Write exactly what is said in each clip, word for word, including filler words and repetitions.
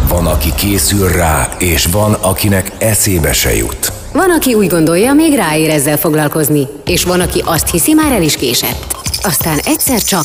Van, aki készül rá, és van, akinek eszébe se jut. Van, aki úgy gondolja, még ráér ezzel foglalkozni, és van, aki azt hiszi, már el is késett. Aztán egyszer csak...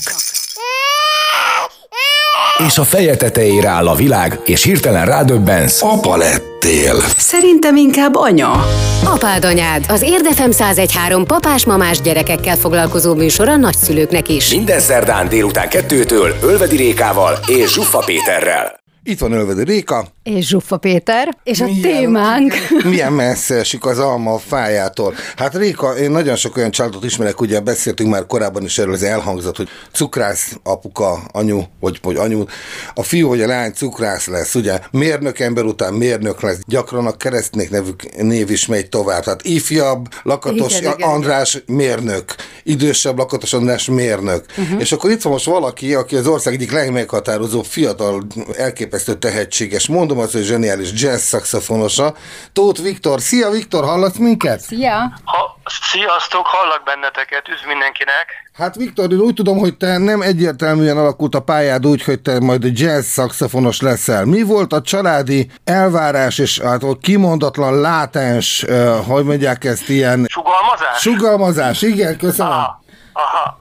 És a feje tetejére áll a világ, és hirtelen rádöbbensz. Apa lettél. Szerintem inkább anya. Apád anyád, az Érd ef em száz egy három papás-mamás gyerekekkel foglalkozó műsor a nagyszülőknek is. Minden szerdán délután kettőtől Ölvedi Rékával és Zsuffa Péterrel. Itt van Ölvedi Réka. És Zsuffa Péter. És a milyen, témánk... Milyen messze esik az alma a fájától. Hát Réka, én nagyon sok olyan családot ismerek, ugye beszéltünk már korábban is erről, az elhangzott, hogy cukrász apuka, anyu, vagy, vagy anyu, a fiú, hogy a lány cukrász lesz, ugye mérnök ember után mérnök lesz, gyakran a keresztnék nevük név is megy tovább. Tehát ifjabb, Lakatos igen, András igen. mérnök, idősebb Lakatos András mérnök. Uh-huh. És akkor itt van most valaki, aki az ország egyik legmeghatározó fiatal, elképesztő tehetséges, mondom az, hogy zseniális jazz szaxofonosa, Tóth Viktor. Szia Viktor, hallasz minket? Szia! Ha, sziasztok, hallak benneteket, üdv mindenkinek! Hát Viktor, én úgy tudom, hogy te nem egyértelműen alakult a pályád úgy, hogy te majd jazz szaxofonos leszel. Mi volt a családi elvárás és hát kimondatlan látens, uh, hogy mondják ezt ilyen... Sugalmazás? Sugalmazás, igen, köszönöm. Aha. Aha.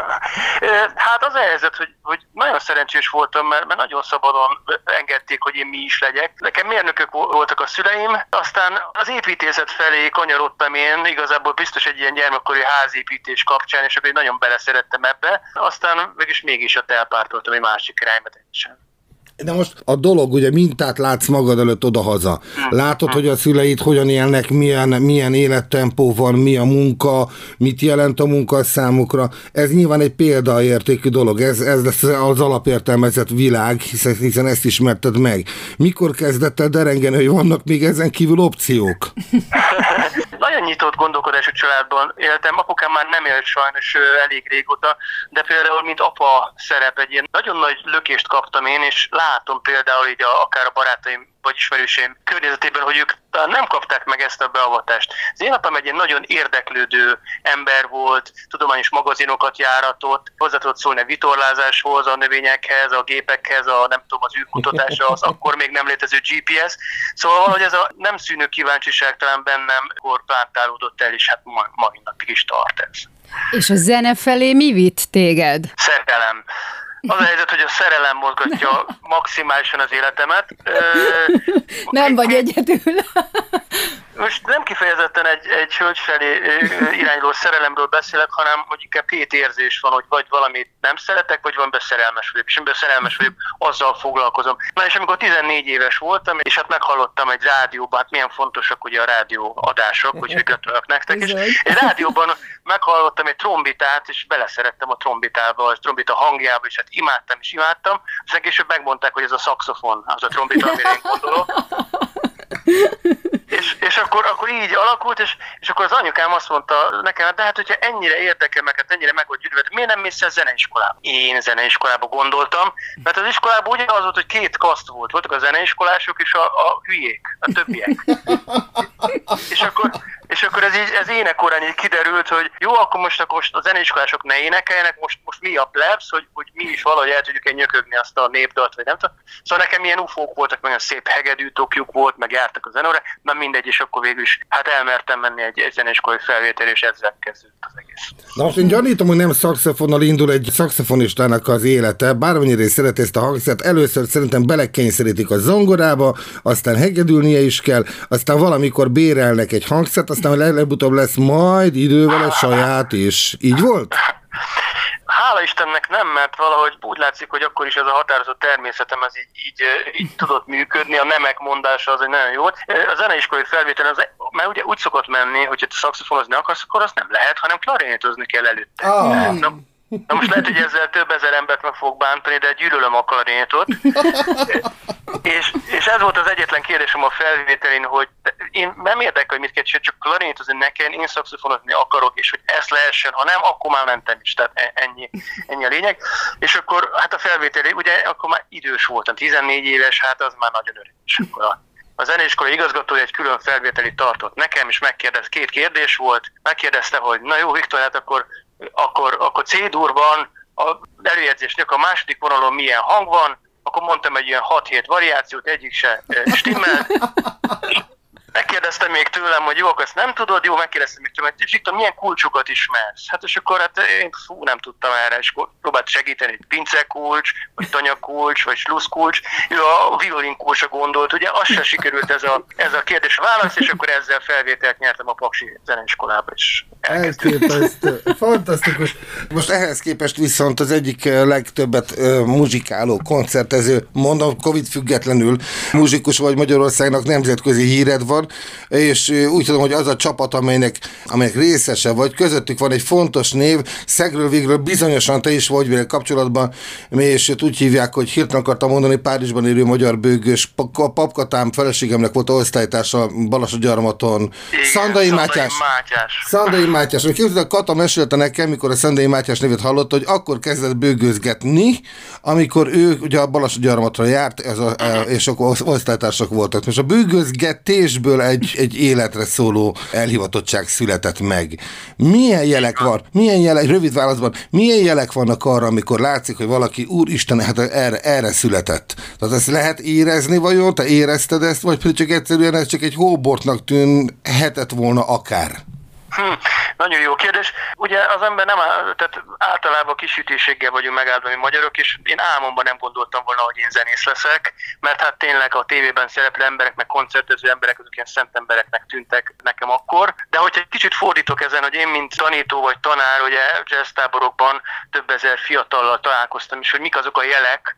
Hát az a helyzet, hogy, hogy nagyon szerencsés voltam, mert, mert nagyon szabadon engedték, hogy én mi is legyek. Nekem mérnökök voltak a szüleim, aztán az építészet felé kanyarodtam én, igazából biztos egy ilyen gyermekkori házépítés kapcsán, és akkor én nagyon beleszerettem ebbe, aztán mégis mégis a elpártoltam egy másik irányba teljesen. De most a dolog, ugye mintát látsz magad előtt odahaza. Látod, hogy a szüleid hogyan élnek, milyen, milyen élettempó van, mi a munka, mit jelent a munka számukra. Ez nyilván egy példaértékű dolog. Ez, ez lesz az alapértelmezett világ, hiszen, hiszen ezt ismerted meg. Mikor kezdett el derengeni, hogy vannak még ezen kívül opciók? Nagyon nyitott gondolkodású családban éltem. Apukám már nem élt sajnos elég régóta, de például mint apa szerep egy ilyen nagyon nagy lökést kaptam én, és látom például így a, akár a barátaim vagy ismerőseim környezetében, hogy ők nem kapták meg ezt a beavatást. Az én apám egy ilyen nagyon érdeklődő ember volt, tudományos magazinokat járatott, hozzá tudott szólni a vitorlázáshoz, a növényekhez, a gépekhez, a nem tudom, az űrkutatásra, az akkor még nem létező gé pé es. Szóval valahogy ez a nem szűnő kíváncsiság talán bennem akkor plántálódott el, és hát mai, mai napig is tart ez. És a zene felé mi vitt téged? Szerelem. Az a helyzet, hogy a szerelem mozgatja maximálisan az életemet. Nem vagy egyedül. Most nem kifejezetten egy, egy hölgy felé irányuló szerelemről beszélek, hanem hogy inkább két érzés van, hogy vagy valamit nem szeretek, vagy valamiben szerelmes vagyok. És amiben szerelmes vagyok, azzal foglalkozom. Na és amikor tizennégy éves voltam, és hát meghallottam egy rádióban, hát milyen fontosak ugye a rádióadások, hogy gratulálok nektek. És egy rádióban meghallottam egy trombitát, és beleszerettem a trombitába, a trombita hangjába, és hát imádtam és imádtam. Aztán később megmondták, hogy ez a szaxofon, az a trombita, amire én gondolok. És, és akkor, akkor így alakult, és, és akkor az anyukám azt mondta nekem, de hát hogyha ennyire érdekel meg, hát ennyire meg vagy gyűlövet, miért nem mész el zeneiskolába? Én zeneiskolába gondoltam, mert az iskolában ugye az volt, hogy két kaszt volt, voltak a zeneiskolások és a, a hülyék, a többiek. és akkor, és akkor ez, így, ez énekorán így kiderült, hogy jó, akkor most, akkor most a zeneiskolások ne énekeljenek, most, most mi a plebs, hogy, hogy mi is valahogy el tudjuk nyökögni azt a népdalt, vagy nem tudom. Szóval nekem ilyen ufók voltak, meg a szép hegedű tokjuk volt, meg jártak a zenóra, na mindegy, és akkor végül is hát elmertem menni egy, egy zeneiskolai felvétel, és ezzel kezdődött az egész. Na most én gyanítom, hogy nem szaxofonnal indul egy szaxofonistának az élete, bármennyire is szeret ezt a hangszert, először szerintem belekényszerítik a zongorába, aztán hegedülnie is kell, aztán valamikor bérelnek egy hangszert, aztán előbb-utóbb lesz majd idővel a saját is. Így volt? Hála Istennek nem, mert valahogy úgy látszik, hogy akkor is ez a határozott természetem az így, így, így tudott működni, a nemek mondása az egy nagyon jó volt. A zeneiskolai felvétel, az, mert ugye úgy szokott menni, hogy ha szaxofonozni akarsz, akkor azt nem lehet, hanem klarinétozni kell előtte. Ah. Na, na most lehet, hogy ezzel több ezer embert meg fog bántani, de gyűlölöm a klarinétot. és, és ez volt az egyetlen kérdésem a felvételén, hogy én nem érdekel, hogy mit kell, csak klarinétozni nekem, én szaxofonozni akarok, és hogy ezt lehessen, ha nem, akkor már mentem is, tehát ennyi, ennyi a lényeg. És akkor hát a felvételé, ugye akkor már idős voltam, tizennégy éves, hát az már nagyon öreg. És akkor a, a zeneiskolai igazgatója egy külön felvételi tartott nekem, és megkérdez, két kérdés volt, megkérdezte, hogy na jó, Viktor, hát akkor, akkor, akkor C-durban a előjegyzésnek a második vonalon milyen hang van, akkor mondtam egy ilyen hat-hét variációt, egyik se stimmel. Megkérdeztem még tőlem, hogy jó, akkor ezt nem tudod, jó, megkérdeztem még tőlem, hogy Viktor, milyen kulcsokat ismersz? Hát és akkor hát én fú, nem tudtam erre, és próbált segíteni, hogy pincekulcs, vagy tanyakulcs, vagy sluszkulcs. Ő a violinkulcsra gondolt, ugye az se sikerült ez a, ez a kérdés válasz, és akkor ezzel felvételt nyertem a Paksi Zeneiskolába is. Elképesztő, fantasztikus. Most ehhez képest viszont az egyik legtöbbet uh, muzsikáló, koncertező, mondom, Covid függetlenül muzsikus vagy, Magyarországnak nemzetközi híred van, és úgy tudom, hogy az a csapat, amelynek, amelynek részese vagy, közöttük van egy fontos név, szegről végről bizonyosan te is vagy vele kapcsolatban, és úgy hívják, hogy hirtelen akartam mondani, Párizsban élő magyar bőgős Papkatám feleségemnek volt osztálytársa Balassagyarmaton. Szandai Mátyás. Szandai Mátyás. Képzeld, a Kata mesélte nekem, mikor a Szandai Mátyás nevét hallotta, hogy akkor kezdett bőgőzgetni, amikor ő ugye a Balassagyarmatra járt, ez a, és akkor osztálytársak voltak. Most a bőgőzgetésből egy, egy életre szóló elhivatottság született meg. Milyen jelek van? Milyen jelek, rövid válaszban, milyen jelek vannak arra, amikor látszik, hogy valaki, úristen, hát erre, erre született? Tehát ezt lehet érezni vajon? Te érezted ezt, vagy pedig csak egyszerűen ez csak egy hóbortnak tűnhetett volna akár? Hm, nagyon jó kérdés. Ugye az ember nem, áll, tehát általában kisütéséggel vagyunk megáldva mi magyarok, és én álmomban nem gondoltam volna, hogy én zenész leszek, mert hát tényleg a tévében szereplő emberek, meg koncertező emberek, azok ilyen szent embereknek tűntek nekem akkor. De hogyha egy kicsit fordítok ezen, hogy én mint tanító vagy tanár, ugye jazztáborokban több ezer fiatallal találkoztam, és hogy mik azok a jelek,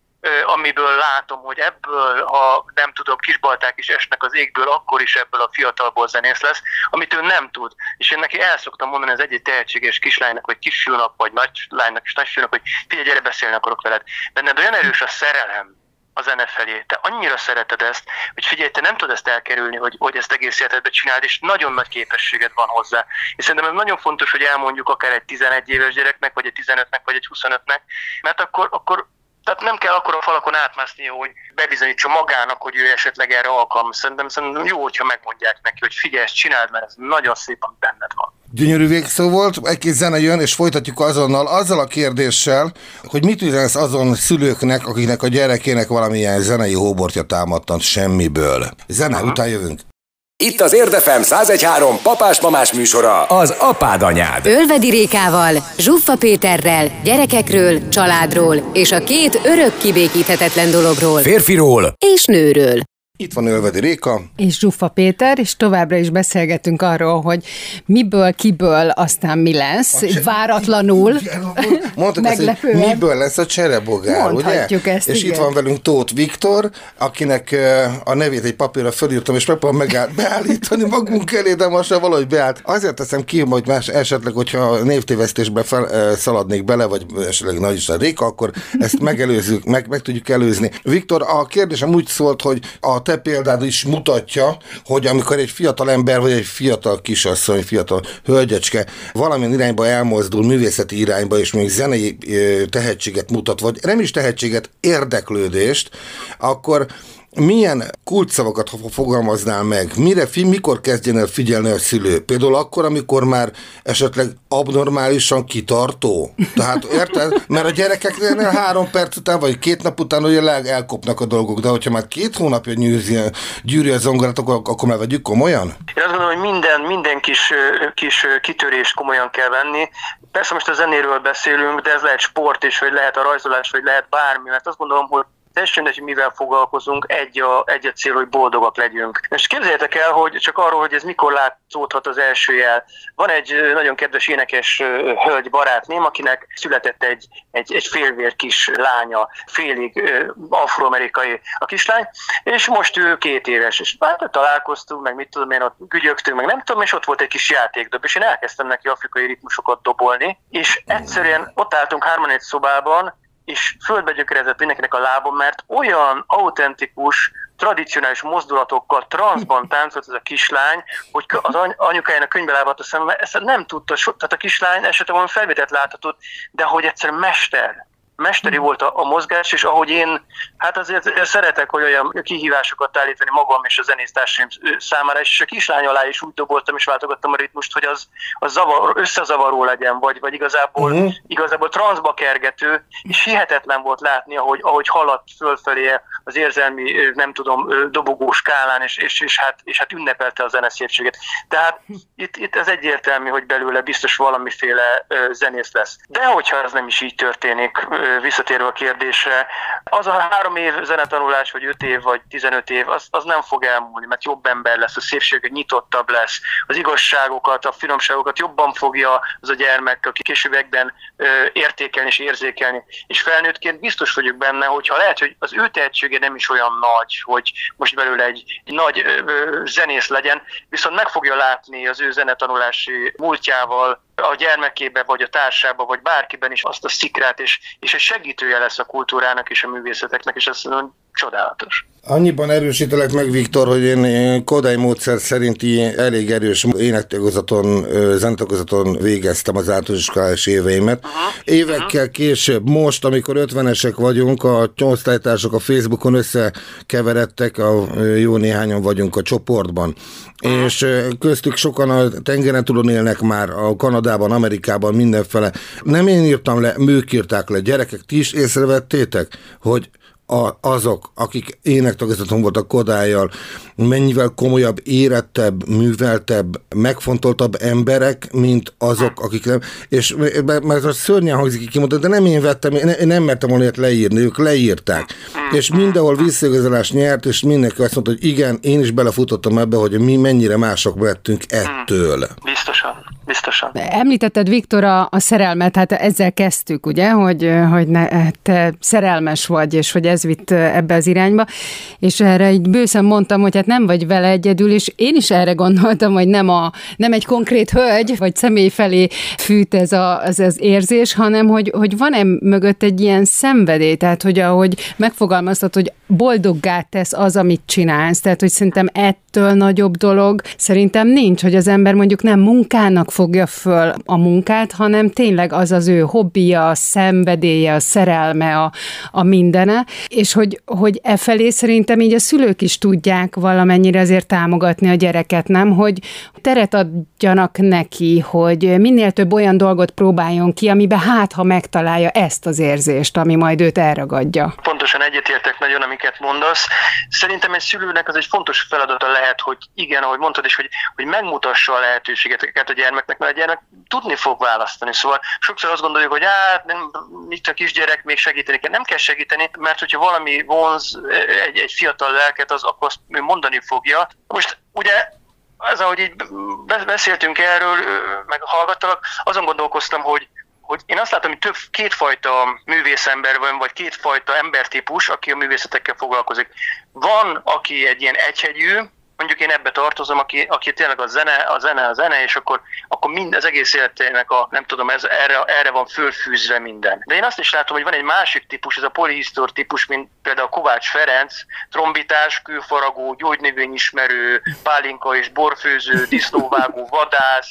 amiből látom, hogy ebből, ha nem tudom, kisbalták is esnek az égből, akkor is ebből a fiatalból zenész lesz, amit ő nem tud. És én neki el szoktam mondani az egy tehetséges kislánynak, vagy kisfiúnak, vagy nagylánynak és nagyfiúnak, hogy figyelj, gyere, beszélni akarok veled. Benned olyan erős a szerelem a zene felé. Te annyira szereted ezt, hogy figyelj, te nem tudod ezt elkerülni, hogy, hogy ezt egész életedben csináld, és nagyon nagy képességed van hozzá. És szerintem ez nagyon fontos, hogy elmondjuk akár egy tizenegy éves gyereknek, vagy egy tizenötnek, vagy egy huszonötnek, mert akkor, akkor tehát nem kell akkor a falakon átmászni, hogy bebizonyítsa magának, hogy ő esetleg erre alkalmas. Szerintem, szerintem jó, hogyha megmondják neki, hogy figyelj, ezt csináld, mert ez nagyon szép, ami benned van. Gyönyörű végszó volt, egy kis zene jön, és folytatjuk azonnal azzal a kérdéssel, hogy mit üzensz azon szülőknek, akiknek a gyerekének valamilyen zenei hóbortja támadtan semmiből. Zene, uh-huh. Után jövünk. Itt az Érd ef em száz egy három papás-mamás műsora, az Apád Anyád. Ölvedi Rékával, Zsuffa Péterrel, gyerekekről, családról és a két örök kibékíthetetlen dologról. Férfiról és nőről. Itt van Ölvedi Réka. És Zsuffa Péter, és továbbra is beszélgetünk arról, hogy miből, kiből, aztán mi lesz, cse- váratlanul, mondtuk meglepően. Azt, hogy miből lesz a cserebogár, ugye? Ezt, és igen. Itt van velünk Tóth Viktor, akinek a nevét egy papírra fölírtam, és megpróbálom megáll, beállítani magunk elé, de most se valahogy beállt. Azért teszem ki, hogy más esetleg, hogyha névtévesztésbe fel, szaladnék bele, vagy esetleg Nagy Isten Réka, akkor ezt megelőzzük, meg, meg tudjuk előzni. Viktor, a kérdésem úgy szólt, hogy a te példád is mutatja, hogy amikor egy fiatal ember, vagy egy fiatal kisasszony, fiatal hölgyecske valamilyen irányba elmozdul, művészeti irányba, és még zenei tehetséget mutat, vagy nem is tehetséget, érdeklődést, akkor milyen kulcsszavakat fogalmaznál meg? Mire, mikor kezdjen el figyelni a szülő? Például akkor, amikor már esetleg abnormálisan kitartó? Tehát érted? Mert a gyerekeknél három perc után, vagy két nap után ugye elkopnak a dolgok, de hogyha már két hónapja nyűrzi, gyűri a zongorát, akkor, akkor már vegyük komolyan? Én azt gondolom, hogy minden, minden kis, kis kitörést komolyan kell venni. Persze most a zenéről beszélünk, de ez lehet sport is, vagy lehet a rajzolás, vagy lehet bármi, mert azt gondolom, hogy teljesen, hogy mivel foglalkozunk, egy a, egy a cél, hogy boldogak legyünk. És képzeljétek el, hogy csak arról, hogy ez mikor látszódhat az első jel. Van egy nagyon kedves énekes hölgy barátném, akinek született egy, egy, egy félvér kis lánya, félig afroamerikai a kislány, és most ő két éves, és hát találkoztunk, meg mit tudom én, ott gügyögtünk, meg nem tudom, és ott volt egy kis játékdob, és én elkezdtem neki afrikai ritmusokat dobolni, és egyszerűen ott álltunk hárman egy szobában, és földbe gyökerezett mindenkinek a lábam, mert olyan autentikus, tradicionális mozdulatokkal transzban táncolt ez a kislány, hogy az anyukájának könyvbe lábadt a szemben, ezt nem tudta, tehát a kislány esetleg felvételt láthatott, de hogy egyszer mester. mesteri volt a, a mozgás, és ahogy én, hát azért szeretek olyan kihívásokat állítani magam és a zenésztársaim számára, és a kislány alá is úgy doboltam és váltogattam a ritmust, hogy az, az zavar, összezavaró legyen, vagy, vagy igazából, uh-huh. igazából transzba kergető, és hihetetlen volt látni, ahogy, ahogy haladt fölfelé az érzelmi, nem tudom, dobogó skálán, és, és, és, hát, és hát ünnepelte a zene szépséget. Tehát itt, itt ez egyértelmű, hogy belőle biztos valamiféle zenész lesz. De hogyha ez nem is így történik, visszatérve a kérdésre, az a három év zenetanulás, vagy öt év, vagy tizenöt év, az, az nem fog elmúlni, mert jobb ember lesz, a szépsége nyitottabb lesz, az igazságokat, a finomságokat jobban fogja az a gyermek, aki későbbekben értékelni és érzékelni. És felnőttként biztos vagyok benne, hogyha lehet, hogy az ő tehetsége nem is olyan nagy, hogy most belőle egy, egy nagy ö, zenész legyen, viszont meg fogja látni az ő zenetanulási múltjával, a gyermekébe, vagy a társába, vagy bárkiben is azt a szikrát, és, és egy segítője lesz a kultúrának és a művészeteknek, és ez csodálatos. Annyiban erősítelek meg, Viktor, hogy én Kodály módszer szerinti elég erős énektagozaton, zenetagozaton végeztem az általános iskolás éveimet. Uh-huh. Évekkel uh-huh. később, most, amikor ötvenesek vagyunk, a osztálytársak a Facebookon összekeveredtek, a jó néhányan vagyunk a csoportban. Uh-huh. És köztük sokan a tengeren túlon élnek már, a Kanadában, Amerikában, mindenfele. Nem én írtam le, ők írták le. Gyerekek, ti is észrevettétek, hogy A, azok, akik énektagozaton voltak Kodállyal, mennyivel komolyabb, érettebb, műveltebb, megfontoltabb emberek, mint azok, akik nem, és mert az szörnyen hangzik, ki mondta, de nem én vettem, én nem mertem volna ilyet leírni, ők leírták. És mindenhol visszaigazolás nyert, és mindenki azt mondta, hogy igen, én is belefutottam ebbe, hogy mi mennyire mások lettünk ettől. Biztosan, biztosan. Említetted, Viktor, a, a szerelmet, hát ezzel kezdtük, ugye, hogy, hogy ne, te szerelmes vagy, és hogy ez vitt ebbe az irányba, és erre így bőszen mondtam, hogy hát nem vagy vele egyedül, és én is erre gondoltam, hogy nem, a, nem egy konkrét hölgy, vagy személy felé fűt ez a, az, az érzés, hanem hogy, hogy van-e mögött egy ilyen szenvedély, tehát hogy ahogy megfogalmaztad, hogy boldoggá tesz az, amit csinálsz, tehát hogy szerintem ettől nagyobb dolog szerintem nincs, hogy az ember mondjuk nem munkának fogja föl a munkát, hanem tényleg az az ő hobbija, a szenvedélye, a szerelme, a, a mindene, és hogy, hogy e felé szerintem így a szülők is tudják valamennyire azért támogatni a gyereket, nem? Hogy teret adjanak neki, hogy minél több olyan dolgot próbáljon ki, amiben hát, ha megtalálja ezt az érzést, ami majd őt elragadja. Pontosan egyetértek nagyon, amiket mondasz. Szerintem egy szülőnek az egy fontos feladata lehet, hogy igen, ahogy mondtad is, hogy, hogy megmutassa a lehetőségeket a gyermeknek, mert a gyermek tudni fog választani. Szóval sokszor azt gondoljuk, hogy hát nem, itt a kisgyerek még segíteni kell. Nem kell segíteni, mert hogyha valami vonz egy, egy fiatal lelket, az akkor azt mondani fogja. Most ugye ez, ahogy így beszéltünk erről, meg hallgattalak, azon gondolkoztam, hogy hogy én azt látom, hogy több, kétfajta művészember van, vagy kétfajta embertípus, aki a művészetekkel foglalkozik. Van, aki egy ilyen egyhegyű, mondjuk én ebbe tartozom, aki, aki tényleg a zene, a zene, a zene, és akkor, akkor mind, az egész életének a, nem tudom, ez, erre, erre van fölfűzve minden. De én azt is látom, hogy van egy másik típus, ez a polihisztor típus, mint például Kovács Ferenc, trombitás, kőfaragó, gyógynövényismerő, pálinka és borfőző, disznóvágó, vadász,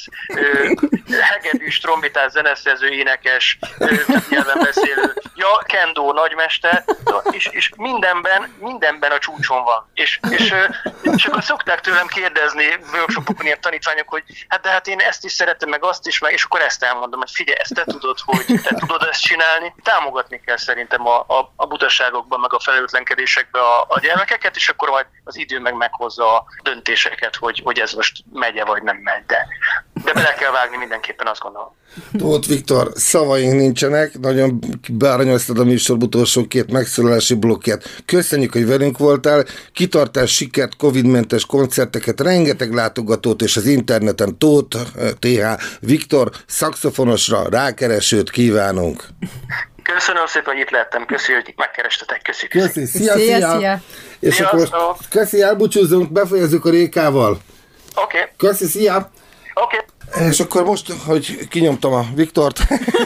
hegedűs, trombitás, zeneszerző, énekes, nyelven beszélő, ja, kendo nagymester, és, és mindenben, mindenben a csúcson van. És, és, és akkor szokták tőlem kérdezni workshopokon ilyen tanítványok, hogy hát de hát én ezt is szeretem, meg azt is, meg, és akkor ezt elmondom, hogy figyelj, ezt te tudod, hogy te tudod ezt csinálni. Támogatni kell szerintem a, a, a butaságokban, meg a felelőtlenkedésekben a, a gyermekeket, és akkor majd az idő meg meghozza a döntéseket, hogy, hogy ez most megye vagy nem megy, de, de bele kell vágni mindenképpen, azt gondolom. Tóth Viktor, szavaink nincsenek, nagyon bearanyoztad a műsor utolsó két megszólalási blokkját. Köszönjük, hogy velünk voltál, kitartás, sikert, covidmentes koncerteket, rengeteg látogatót, és az interneten Tóth té há Viktor szaxofonosra rákeresőt kívánunk. Köszönöm szépen, hogy itt lettem, köszönjük, hogy megkerestetek, köszi. Köszi, szia, szia. szia. szia. És Sziasztok. akkor köszi, elbúcsúzzunk, befejezzük a Rékával. Oké. Okay. Köszi, szia. Oké. Okay. És akkor most, hogy kinyomtam a Viktort,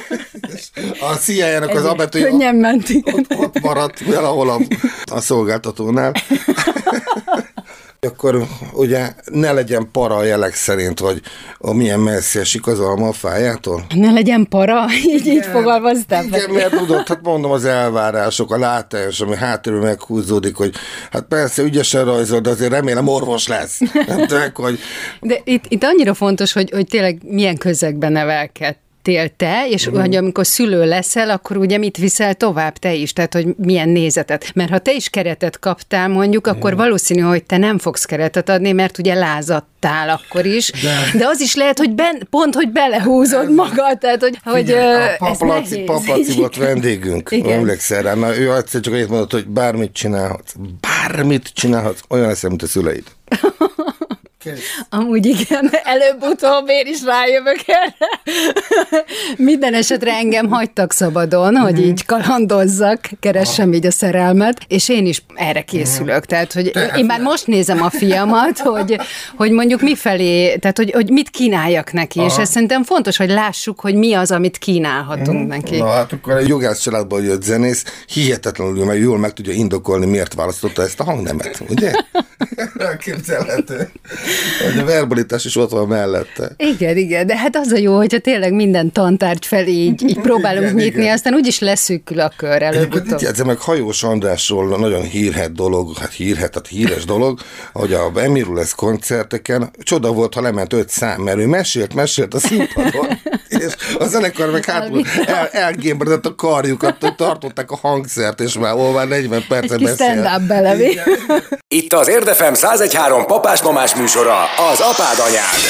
a szíjájának az abetője könnyen ment, ott, ott maradt valahol a, a szolgáltatónál. Akkor ugye ne legyen para a jelek szerint, hogy a milyen messze esik az alma a fájától? Ne legyen para? Így, így fogalmaztál? Igen, mert tudod, hát mondom az elvárások, a látás, ami háttérül meghúzódik, hogy hát persze ügyesen rajzol, de azért remélem orvos lesz. Hát, hogy... De itt, itt annyira fontos, hogy, hogy tényleg milyen közegben nevelkedsz te, és uh-huh. hogy amikor szülő leszel, akkor ugye mit viszel tovább te is, tehát hogy milyen nézetet. Mert ha te is keretet kaptál mondjuk, uh-huh. akkor valószínű, hogy te nem fogsz keretet adni, mert ugye lázadtál akkor is, de, de az is lehet, hogy ben, pont, hogy belehúzod ez magad, tehát hogy, hogy a papalaci, papalaci volt vendégünk, emlékszel rá, na, ő egyszer csak annyit mondott, hogy bármit csinálhatsz, bármit csinálhatsz, olyan lesz, mint a szüleid. Amúgy igen, előbb-utóbb én is rájövök erre. Minden esetre engem hagytak szabadon, hogy mm. így kalandozzak, keressem így a szerelmet, és én is erre készülök. Tehát, hogy Te, én már most nézem a fiamat, hogy, hogy mondjuk mifelé, tehát, hogy, hogy mit kínáljak neki, Aha. és ez szerintem fontos, hogy lássuk, hogy mi az, amit kínálhatunk mm. neki. Na hát akkor egy jogász családból jött zenész, hihetetlenül, mert jól meg tudja indokolni, miért választotta ezt a hangnemet, ugye? Elképzelhető. Hogy a verbalitás is ott van mellette. Igen, igen, de hát az a jó, hogyha tényleg minden tantárgy felé így, így próbálunk igen, nyitni, igen. Aztán úgyis leszűkül a kör előbb-utóbb. Itt jegyzem meg Hajós Andrásról nagyon hírhet dolog, hát hírhet, hát híres dolog, hogy a Emirules koncerteken csoda volt, ha lement öt szám, mert ő mesélt, mesélt a színpadon, és a zenekar meg hátul el, elgémbredett a karjukat, tartották a hangszert, és már hol már negyven percen beszél. Egy kis stand-up belevi. Itt az Érdefem száz egy három papás-mamás műsora, az apád anyád.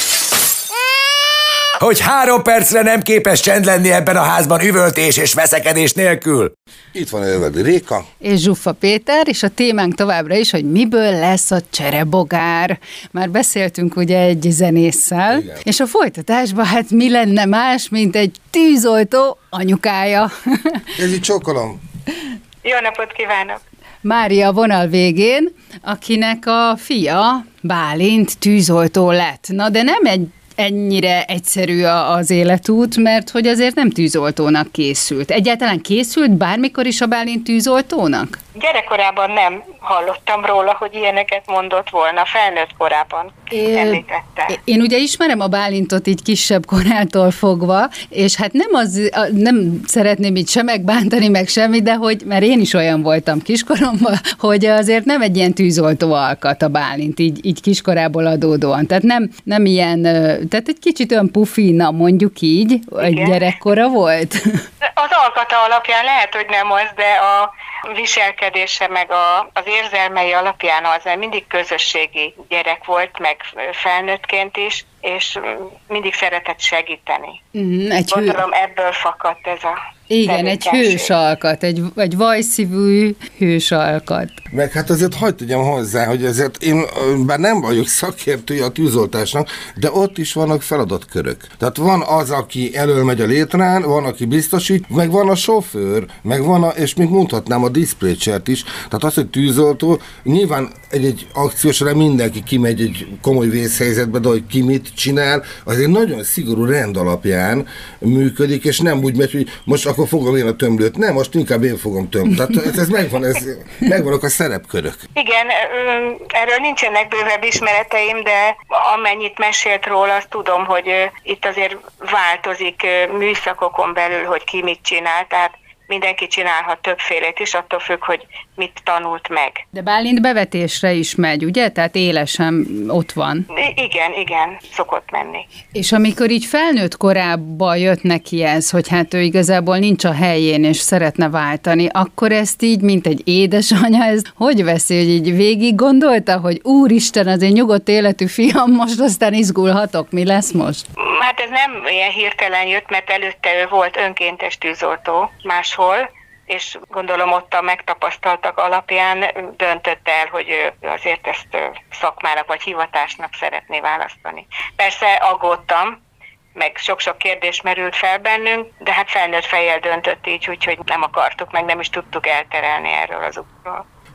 Hogy három percre nem képes csend lenni ebben a házban üvöltés és veszekedés nélkül. Itt van Ölvedi Réka. És Zsuffa Péter, és a témánk továbbra is, hogy miből lesz a cserebogár. Már beszéltünk ugye egy zenésszel, igen. És a folytatásban hát mi lenne más, mint egy tűzoltó anyukája. Ez így csókolom. Jó napot kívánok! Mária a vonal végén, akinek a fia Bálint tűzoltó lett. Na de nem egy ennyire egyszerű az életút, mert hogy azért nem tűzoltónak készült. Egyáltalán készült bármikor is a Bálint tűzoltónak? Gyerekkorában nem hallottam róla, hogy ilyeneket mondott volna, felnőtt korában említette. Én ugye ismerem a Bálintot így kisebb korától fogva, és hát nem, az, nem szeretném így sem megbántani, meg semmi, de hogy, mert én is olyan voltam kiskoromban, hogy azért nem egy ilyen tűzoltó alkat a Bálint, így, így kiskorából adódóan. Tehát nem, nem ilyen, tehát egy kicsit olyan pufina, mondjuk így, egy gyerekkora volt. Az alkata alapján lehet, hogy nem az, de a viselkedése meg a, az érzelmei alapján az mindig közösségi gyerek volt, meg felnőttként is, és mindig szeretett segíteni. Mm, egy Gondolom hő... ebből fakadt ez a Igen, egy hős alkat, egy, egy vajszívű hős alkat. Meg hát azért hagyd tegyem hozzá, hogy azért én bár nem vagyok szakértője a tűzoltásnak, de ott is vannak feladatkörök. Tehát van az, aki elől megy a létrán, van, aki biztosít, meg van a sofőr, meg van a, és még mondhatnám a diszplécsert is. Tehát az, hogy tűzoltó, nyilván egy-egy akciósra mindenki kimegy egy komoly vészhelyzetbe, de hogy ki mit csinál, az egy nagyon szigorú rend alapján működik, és nem úgy megy, hogy most akkor fogom én a tömlőt. Nem, most inkább én fogom tömlőt. Tehát ez, ez megvan, ez, megvannak a szerepkörök. Igen, erről nincsenek bővebb ismereteim, de amennyit mesélt róla, azt tudom, hogy itt azért változik műszakokon belül, hogy ki mit csinál, tehát mindenki csinálhat többfélét is, attól függ, hogy mit tanult meg. De Bálint bevetésre is megy, ugye? Tehát élesen ott van. I- igen, igen, szokott menni. És amikor így felnőtt korában jött neki ez, hogy hát ő igazából nincs a helyén, és szeretne váltani, akkor ezt így, mint egy édesanyja, ez hogy veszi, hogy így végig gondolta, hogy úristen, az én nyugodt életű fiam, most aztán izgulhatok, mi lesz most? Hát ez nem ilyen hirtelen jött, mert előtte ő volt önkéntes tűzoltó máshol, és gondolom ott a megtapasztaltak alapján döntötte el, hogy ő azért ezt szakmának vagy hivatásnak szeretné választani. Persze aggódtam, meg sok-sok kérdés merült fel bennünk, de hát felnőtt fejjel döntött így, úgyhogy nem akartuk, meg nem is tudtuk elterelni erről az útról.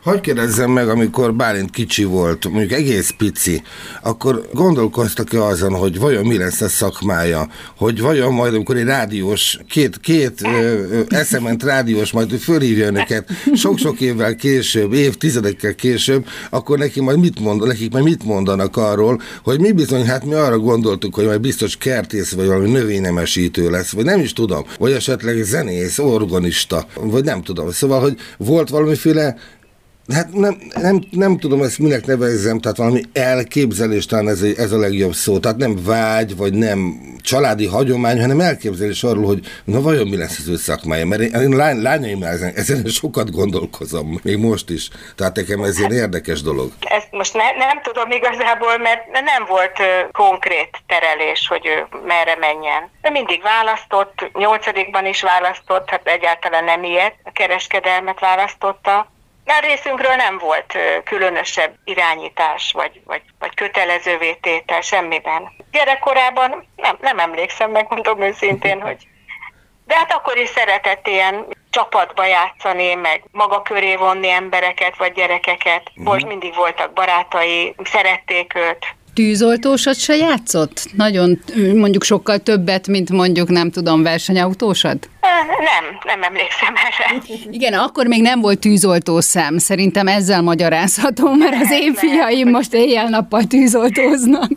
Hadd kérdezzem meg, amikor Bálint kicsi volt, mondjuk egész pici, akkor gondolkoztak-e azon, hogy vajon mi lesz a szakmája, hogy vajon majd, amikor egy rádiós, két, két eszement rádiós majd fölhívja önöket sok-sok évvel később, évtizedekkel később, akkor neki majd mit mond, nekik majd mit mondanak arról, hogy mi bizony, hát mi arra gondoltuk, hogy majd biztos kertész, vagy valami növénynemesítő lesz, vagy nem is tudom, vagy esetleg zenész, organista, vagy nem tudom. Szóval, hogy volt valamiféle, hát nem, nem, nem tudom ezt minek nevezzem, tehát valami elképzelés, talán ez, ez a legjobb szó, tehát nem vágy, vagy nem családi hagyomány, hanem elképzelés arról, hogy na vajon mi lesz az ő szakmája, mert én, én lány, lányaimnál ezen, ezen sokat gondolkozom, még most is, tehát nekem ez egy érdekes dolog. Ezt most ne, nem tudom igazából, mert nem volt uh, konkrét terelés, hogy ő merre menjen. Ő mindig választott, nyolcadikban is választott, hát egyáltalán nem ilyet, a kereskedelmet választotta. A részünkről nem volt különösebb irányítás, vagy, vagy, vagy kötelezővé tétel semmiben. Gyerekkorában nem, nem emlékszem, megmondom őszintén, hogy... De hát akkor is szeretett ilyen csapatba játszani, meg maga köré vonni embereket, vagy gyerekeket. Most mindig voltak barátai, szerették őt. Tűzoltósat se játszott? Nagyon, mondjuk sokkal többet, mint mondjuk, nem tudom, versenyautósat? Nem, nem emlékszem erre. Igen, akkor még nem volt tűzoltószám. Szerintem ezzel magyarázható, mert az én fiaim most éjjel-nappal tűzoltóznak.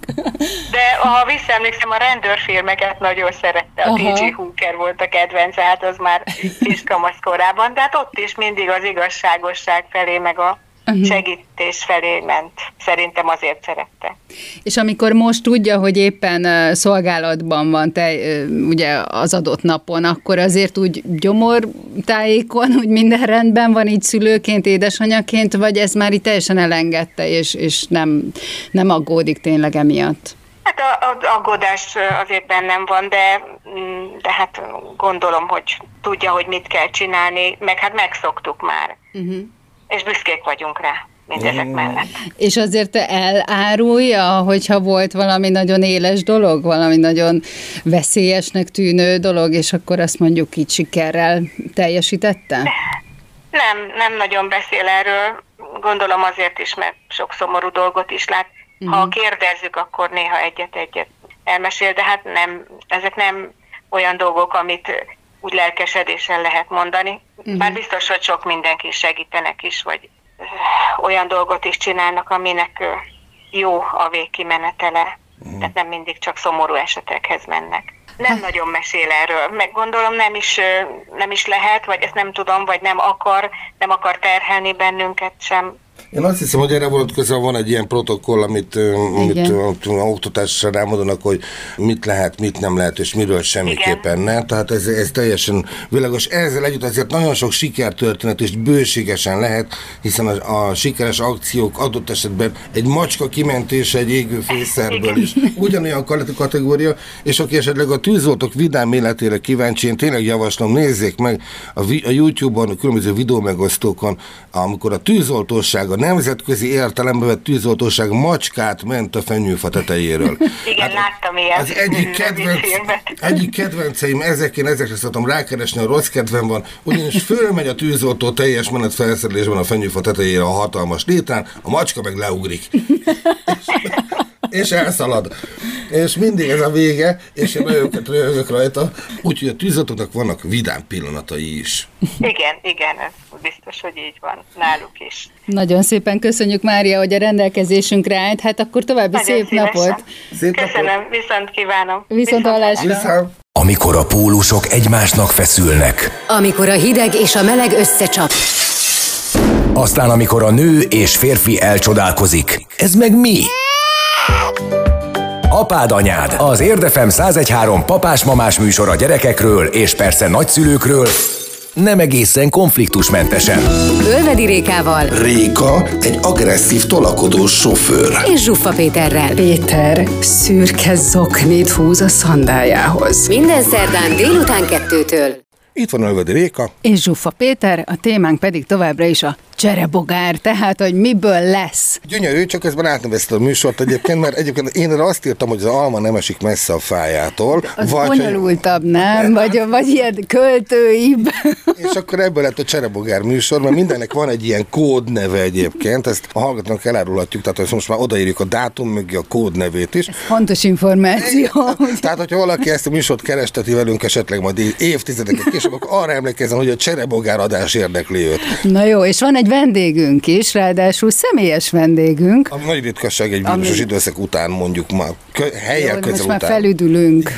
De ha visszaemlékszem, a rendőrfilmeket nagyon szerette. A té gé Hooker volt a kedvence, hát az már kiskamasz korában, de hát ott is mindig az igazságosság felé, meg a segítés felé ment. Szerintem azért szerette. És amikor most tudja, hogy éppen szolgálatban van te, ugye az adott napon, akkor azért úgy gyomortájékon, hogy minden rendben van így szülőként, édesanyaként, vagy ez már így teljesen elengedte, és, és nem, nem aggódik tényleg emiatt? Hát az aggódás azért bennem van, de, de hát gondolom, hogy tudja, hogy mit kell csinálni, meg hát megszoktuk már. Uh-huh. És büszkék vagyunk rá, mindezek mellett. És azért elárulja, hogyha volt valami nagyon éles dolog, valami nagyon veszélyesnek tűnő dolog, és akkor azt mondjuk így sikerrel teljesítette? Nem, nem nagyon beszél erről. Gondolom azért is, mert sok szomorú dolgot is lát. Uh-huh. Ha kérdezzük, akkor néha egyet-egyet elmesél, de hát nem, ezek nem olyan dolgok, amit úgy lelkesedésen lehet mondani. Uh-huh. Bár biztos, hogy sok mindenki segítenek is, vagy olyan dolgot is csinálnak, aminek jó a végkimenetele. Uh-huh. Tehát nem mindig csak szomorú esetekhez mennek. Nem hát. Nagyon mesél erről. Meg gondolom nem is, nem is lehet, vagy ezt nem tudom, vagy nem akar, nem akar terhelni bennünket sem. Én azt hiszem, hogy erre vonatkozóan van egy ilyen protokoll, amit, amit oktatásra rámondanak, hogy mit lehet, mit nem lehet, és miről semmiképpen ne. Tehát ez, ez teljesen világos. Ezzel együtt azért nagyon sok sikertörténet és bőségesen lehet, hiszen a, a sikeres akciók adott esetben egy macska kimentése egy égő fészerből is ugyanolyan kategória, és aki esetleg a tűzoltók vidám életére kíváncsi, én tényleg javaslom, nézzék meg a, a YouTube-on, a különböző videómegosztókon, amikor a tűzoltóság, a nemzetközi értelembe vett tűzoltóság macskát ment a fenyőfa tetejéről. Igen, hát láttam ilyet. Az egyik, kedvenc, egyik kedvenceim, ezek én ezekre szoktam rákeresni, a rossz kedvem van, ugyanis fölmegy a tűzoltó teljes menet felszerelésben a fenyőfa tetejére a hatalmas létrán, a macska meg leugrik. és elszalad. És mindig ez a vége, és én őket röhögök rajta, úgyhogy a tűzoltóknak vannak vidám pillanatai is. Igen, igen, ez biztos, hogy így van náluk is. Nagyon szépen köszönjük, Mária, hogy a rendelkezésünkre állt, hát akkor további nagyon szép szívesen. napot. Szép Köszönöm, napot. Viszont kívánom. Viszont hallásra. Amikor a pólusok egymásnak feszülnek. Amikor a hideg és a meleg összecsap. Aztán amikor a nő és férfi elcsodálkozik. Ez meg mi? Apád anyád, az Érdefem száz egy három papás-mamás műsor a gyerekekről és persze nagyszülőkről, nem egészen konfliktusmentesen. Ölvedi Rékával. Réka egy agresszív tolakodós sofőr. És Zsuffa Péterrel. Péter szürke zoknit húz a szandájához. Minden szerdán délután kettőtől. Itt van Ölvedi Réka. És Zsuffa Péter, a témánk pedig továbbra is a cserebogár, tehát, hogy miből lesz. Gyönyörű, csak közben átnevezted a műsort egyébként, mert egyébként én erre azt írtam, hogy az alma nem esik messze a fájától. Az vagy, bonyolultabb, nem? Vagy, vagy ilyen költőibb. És akkor ebből lett a cserebogár műsor, mert mindennek van egy ilyen kódneve egyébként, ezt a hallgatónak elárulhatjuk, tehát hogy most már odaírjuk a dátum mögé a kódnevét is. Ez fontos információ. Tehát, hogyha valaki ezt a műsort keresteti velünk esetleg majd évtizedeket később, akkor arra emlékezzen, hogy a cserebogár adás érdekli őt. Na jó, és van egy vendégünk is, ráadásul személyes vendégünk. Ami nagy ritkaság egy vírusos ami... időszak után, mondjuk már helyel közel most után. Most már felüdülünk.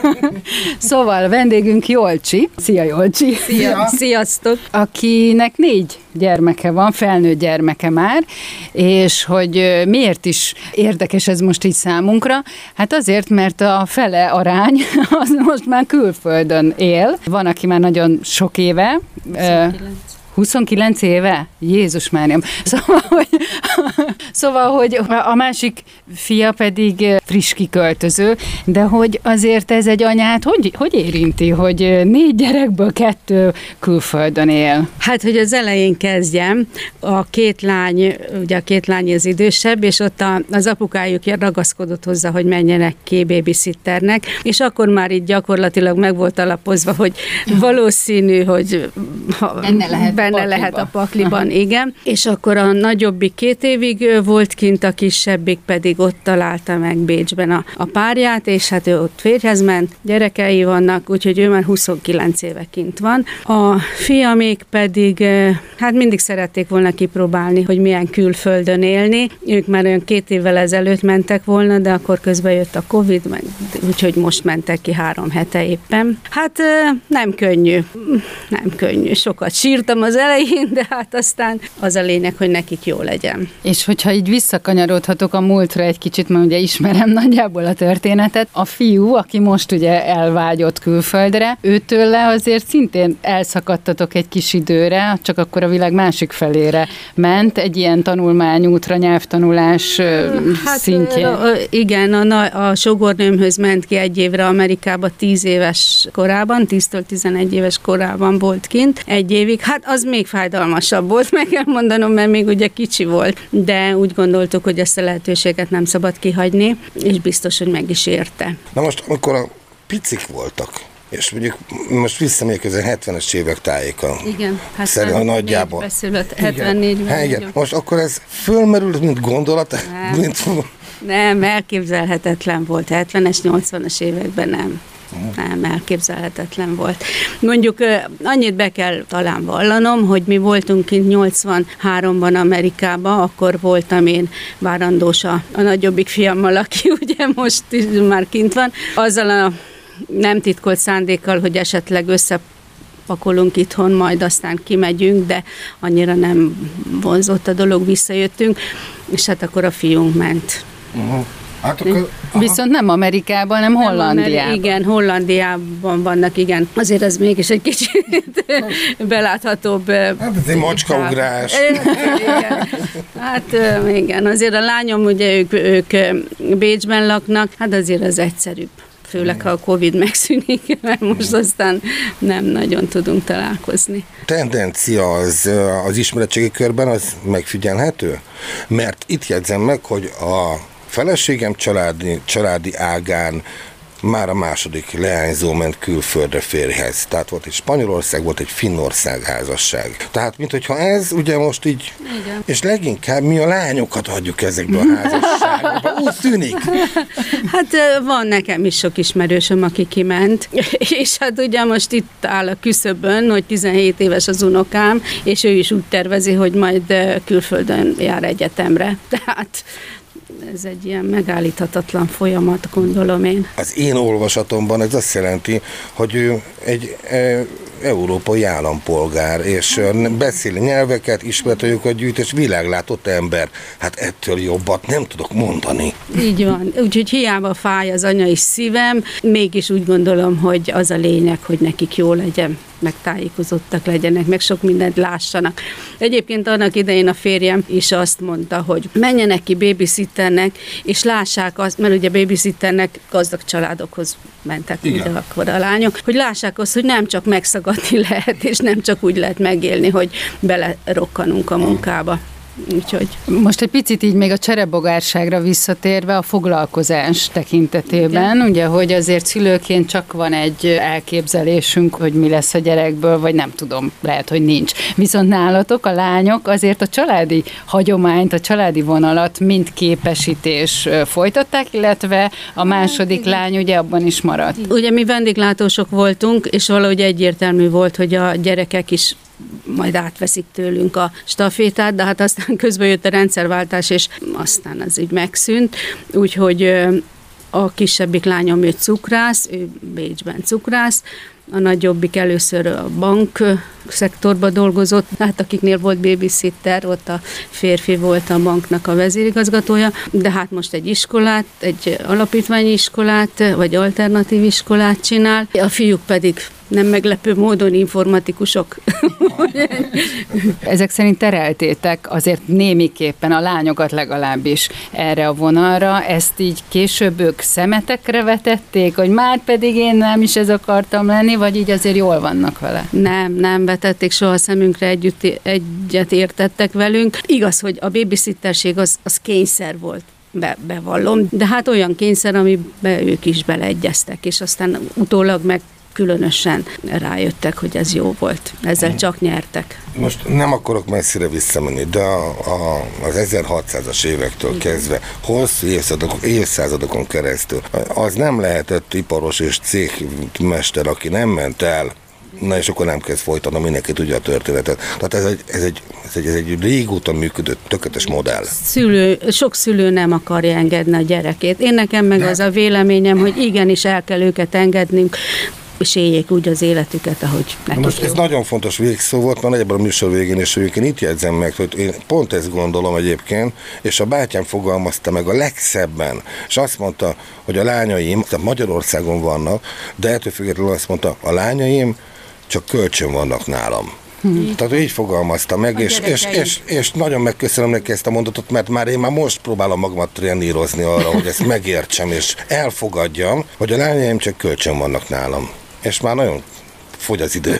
Szóval a vendégünk Jolcsi. Szia, Jolcsi. Szia. Sziasztok. Akinek négy gyermeke van, felnőtt gyermeke már, és hogy miért is érdekes ez most így számunkra? Hát azért, mert a fele arány az most már külföldön él. Van, aki már nagyon sok éve. huszonkilenc huszonkilenc éve? Jézus Máriam. Szóval, hogy, szóval, hogy a másik fia pedig friss kiköltöző, de hogy azért ez egy anyát hogy, hogy érinti, hogy négy gyerekből kettő külföldön él? Hát, hogy az elején kezdjem, a két lány, ugye a két lány az idősebb, és ott a, az apukájuk ragaszkodott hozzá, hogy menjenek ki babysitternek, és akkor már így gyakorlatilag meg volt alapozva, hogy valószínű, hogy benne lehet. Benne pakliba. lehet a pakliban, aha. Igen. És akkor a nagyobbik két évig volt kint, a kisebbik pedig ott találta meg Bécsben a, a párját, és hát ő ott férjhez ment, gyerekei vannak, úgyhogy ő már huszonkilenc éve kint van. A fiamék pedig, hát mindig szerették volna kipróbálni, hogy milyen külföldön élni. Ők már olyan két évvel ezelőtt mentek volna, de akkor közben jött a Covid, meg, úgyhogy most mentek ki három hete éppen. Hát nem könnyű, nem könnyű. Sokat sírtam az elején, de hát aztán az a lényeg, hogy nekik jó legyen. És hogyha így visszakanyarodhatok a múltra egy kicsit, mert ugye ismerem nagyjából a történetet, a fiú, aki most ugye elvágyott külföldre, őtőle azért szintén elszakadtatok egy kis időre, csak akkor a világ másik felére ment, egy ilyen tanulmányútra, nyelvtanulás hát, szintjén. Igen, a, a sógornőmhöz ment ki egy évre Amerikába tíz éves korában, tíztől tizenegy éves korában volt kint, egy évig. Hát az még fájdalmasabb volt, meg kell mondanom, mert még ugye kicsi volt, de úgy gondoltuk, hogy ezt a lehetőséget nem szabad kihagyni, és biztos, hogy meg is érte. Na most, amikor a picik voltak, és mondjuk most visszamegyek ezen hetvenes évek tájéka. Igen, hetvennégy nagyjából. Beszélött, hetvennégyben. Igen, most akkor ez fölmerült, mint gondolat? Nem, mint... nem, elképzelhetetlen volt, hetvenes, nyolcvanas években nem. Nem, elképzelhetetlen volt. Mondjuk annyit be kell talán vallanom, hogy mi voltunk kint nyolcvanháromban Amerikában, akkor voltam én várandós a, a nagyobbik fiammal, aki ugye most is már kint van, azzal a nem titkolt szándékkal, hogy esetleg összepakolunk itthon, majd aztán kimegyünk, de annyira nem vonzott a dolog, visszajöttünk, és hát akkor a fiunk ment. Uh-huh. Hát akkor, viszont nem Amerikában, hanem Hollandiában. Igen, Hollandiában vannak, igen. Azért ez mégis egy kicsit beláthatóbb. Hát ez egy macskaugrás. Hát igen, azért a lányom, ugye ők, ők Bécsben laknak, hát azért az egyszerűbb. Főleg, ha a Covid megszűnik, mert most aztán nem nagyon tudunk találkozni. Tendencia az, az ismeretségi körben az megfigyelhető? Mert itt jegyzem meg, hogy a feleségem családi, családi ágán már a második leányzó ment külföldre férjhez. Tehát volt egy Spanyolország, volt egy Finnország házasság. Tehát, minthogyha ez ugye most így, igen. És leginkább mi a lányokat adjuk ezekbe a házasságokba. Úgy tűnik. Hát van nekem is sok ismerősöm, aki kiment, és hát ugye most itt áll a küszöbön, hogy tizenhét éves az unokám, és ő is úgy tervezi, hogy majd külföldön jár egyetemre. Tehát ez egy ilyen megállíthatatlan folyamat, gondolom én. Az én olvasatomban ez azt jelenti, hogy ő egy e, európai állampolgár, és beszél nyelveket, ismeretőjöket gyűjt, és világlátott ember. Hát ettől jobbat nem tudok mondani. Így van. Úgyhogy hiába fáj az anyai szívem, mégis úgy gondolom, hogy az a lényeg, hogy nekik jó legyen. meg tájékozottak legyenek, meg sok mindent lássanak. Egyébként annak idején a férjem is azt mondta, hogy menjenek ki babysitternek, és lássák azt, mert ugye babysitternek gazdag családokhoz mentek ugye akkor a lányok, hogy lássák azt, hogy nem csak megszagadni lehet, és nem csak úgy lehet megélni, hogy belerokkanunk a munkába. Úgyhogy. Most egy picit így még a cserebogárságra visszatérve a foglalkozás tekintetében, igen. Ugye, hogy azért szülőként csak van egy elképzelésünk, hogy mi lesz a gyerekből, vagy nem tudom, lehet, hogy nincs. Viszont nálatok, a lányok azért a családi hagyományt, a családi vonalat mind képesítés folytatták, illetve a második igen. lány ugye abban is maradt. Ugye mi vendéglátósok voltunk, és valahogy egyértelmű volt, hogy a gyerekek is majd átveszik tőlünk a stafétát, de hát aztán közben jött a rendszerváltás, és aztán az így megszűnt. Úgyhogy a kisebbik lányom jött cukrász, ő Bécsben cukrász, a nagyobbik először a bank szektorban dolgozott, hát akiknél volt babysitter, ott a férfi volt a banknak a vezérigazgatója, de hát most egy iskolát, egy alapítványi iskolát, vagy alternatív iskolát csinál, a fiúk pedig nem meglepő módon informatikusok. Ezek szerint tereltétek azért némiképpen a lányokat legalábbis erre a vonalra, ezt így később ők szemetekre vetették, hogy már pedig én nem is ez akartam lenni, vagy így azért jól vannak vele? Nem, nem vetették soha szemünkre, együtt, egyet értettek velünk. Igaz, hogy a babysitterség az, az kényszer volt. Be, bevallom, de hát olyan kényszer, amiben ők is beleegyeztek, és aztán utólag meg különösen rájöttek, hogy ez jó volt. Ezzel csak nyertek. Most nem akarok messzire visszamenni, de a, a, az ezerhatszázas évektől kezdve hosszú évszázadokon, évszázadokon keresztül az nem lehetett iparos és cégmester, aki nem ment el, na és akkor nem kezd folytatni, mindenki tudja a történetet. Tehát ez egy, ez egy, ez egy, ez egy régóta működő, tökéletes modell. Szülő, sok szülő nem akarja engedni a gyerekét. Én nekem meg nem. Az a véleményem, hogy igenis el kell őket engednünk, és éljék úgy az életüket, ahogy nekik. Most ez jó. Nagyon fontos végszó volt, mert nagyjából a műsor végén, és én itt jegyzem meg, hogy én pont ezt gondolom egyébként, és a bátyám fogalmazta meg a legszebben, és azt mondta, hogy a lányaim, tehát Magyarországon vannak, de ettől függetlenül azt mondta, a lányaim csak kölcsön vannak nálam. Hmm. Tehát így fogalmazta meg, és, és, és, és nagyon megköszönöm neki ezt a mondatot, mert már én már most próbálom magamat trenírozni arra, hogy ezt megértsem, és elfogadjam, hogy a lányaim csak kölcsön vannak nálam. És már nagyon fogy az idő.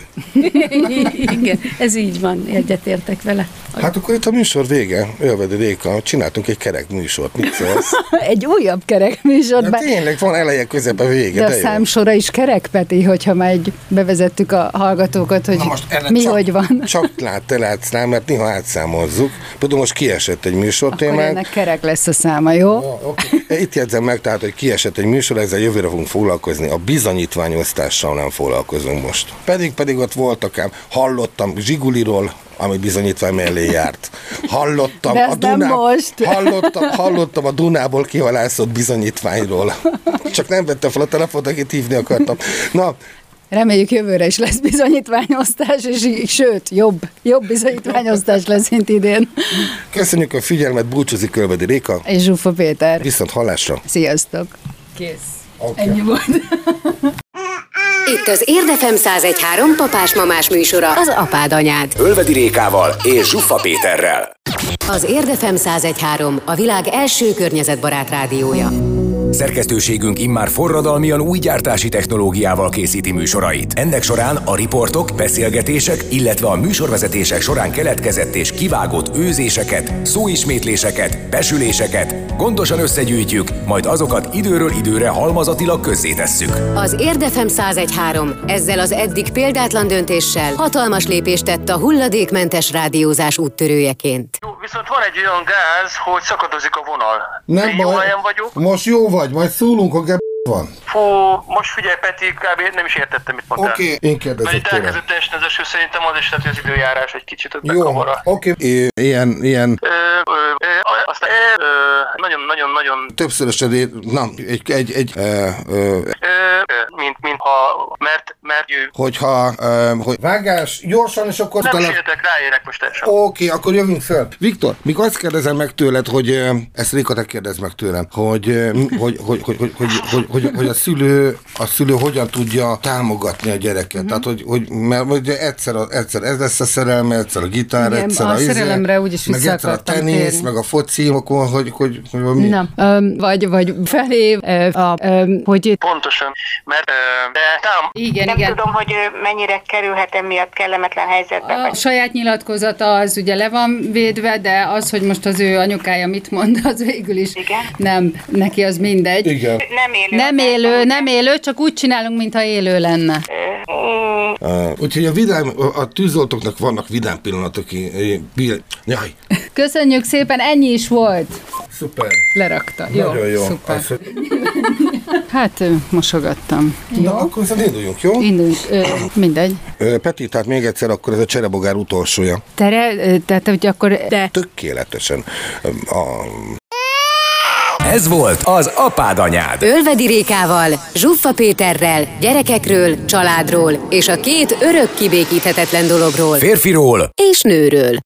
Igen, ez így van, egyetértek vele. Hát akkor itt a műsor vége, Ölvedi Réka, csináltunk egy kerek műsort, mit szólsz? Egy újabb kerek műsort. De tényleg van eleje, közepe, vége. De, de a számsora is kerek, Peti, hogyha már egy bevezettük a hallgatókat, hogy mi csak, hogy van. Csak lát, te látsz rá, mert néha átszámozzuk. Például most kiesett egy műsortémánk. Akkor ennek kerek lesz a száma, jó? Ja, okay. Itt jegyzem meg, tehát, hogy kiesett egy műsor, ezzel jövőre fogunk foglalkozni. A bizonyítványosztással nem foglalkozunk most. Pedig, pedig ott voltak ám, hallottam Zsiguliról, ami bizonyítvány mellé járt. Hallottam a Duná... hallottam, hallottam a Dunából kihalászott bizonyítványról. Csak nem vettem fel a telefont, akit hívni akartam. Na, reméljük jövőre is lesz bizonyítványosztás, és sőt, jobb, jobb bizonyítványosztás lesz, mint idén. Köszönjük a figyelmet, búcsúzik Ölvedi Réka. És Zsufa Péter. Viszont hallásra. Sziasztok. Kész. Okay. Ennyi volt. Itt az Érdefem száz egy három papás-mamás műsora, az apád anyád. Ölvedi Rékával és Zsuffa Péterrel. Az Érdefem száz egy három a világ első környezetbarát rádiója. Szerkesztőségünk immár forradalmian új gyártási technológiával készíti műsorait. Ennek során a riportok, beszélgetések, illetve a műsorvezetések során keletkezett és kivágott őzéseket, szóismétléseket, besüléseket gondosan összegyűjtjük, majd azokat időről időre halmazatilag közzétesszük. Az Érdefem száz egy három ezzel az eddig példátlan döntéssel hatalmas lépést tett a hulladékmentes rádiózás úttörőjeként. Viszont van egy olyan gáz, hogy szakadozik a vonal. Nem Én baj, jó helyen vagyok. Most jó vagy, majd szólunk, hogy van. Fú, most figyelj Peti, kb. Nem is értettem, mit mondtál. Oké, okay, én kérdezek Mert itt tőle. elkezdett esni az eső, szerintem az is lehet, hogy az időjárás egy kicsit Jó, bekamara. oké. Okay. Ilyen, ilyen... Ö, ö, ö, aztán ö, nagyon, nagyon, nagyon... Többszörösen, na, egy, egy, egy... Ö, ö, ö, ö, mint, mint ha, mert, mert ő... Hogyha, um, hogy vágás, gyorsan, és akkor... Nem talán... sértek, ráérek most teljesen. Oké, okay, akkor jövünk fel. Viktor, még azt kérdezem meg tőled, hogy ezt Réka, te kérdezz meg tőlem, hogy, hogy, hogy, hogy, hogy, hogy, hogy, hogy, hogy a szülő, a szülő hogyan tudja támogatni a gyereket. Uh-huh. Tehát, hogy, hogy mert ugye egyszer, a, egyszer ez lesz a szerelme, egyszer a gitár, igen, egyszer a, a szerelemre úgyis meg egyszer a tenisz, térni. Meg a foci, akkor hogy, hogy, hogy mi? Nem, um, vagy, vagy felé, uh, a, um, hogy... Pontosan, mert uh, de tám... Igen, nem igen. tudom, hogy mennyire kerülhet emiatt kellemetlen helyzetbe. A vagy. saját nyilatkozata az ugye le van védve, de az, hogy most az ő anyukája mit mond, az végül is igen? nem, neki az mindegy. Igen. Nem élő. Nem élő, nem élő, csak úgy csinálunk, mintha élő lenne. Uh, úgyhogy a, vidám, a, a tűzoltóknak vannak vidám pillanatok. Jaj. Köszönjük szépen, ennyi is volt. Szuper. Lerakta. Jó, nagyon jó. Szuper. Az... Hát mosogattam. Na, jó? Akkor szóval induljunk, jó? Induljunk. Ö, mindegy. Ö, Peti, tehát még egyszer, akkor ez a cserebogár utolsója. Tere, tehát hogy akkor... De. Tökéletesen. A... Ez volt az Apád Anyád. Ölvedi Rékával, Zsuffa Péterrel, gyerekekről, családról és a két örök kibékíthetetlen dologról. Férfiról És nőről.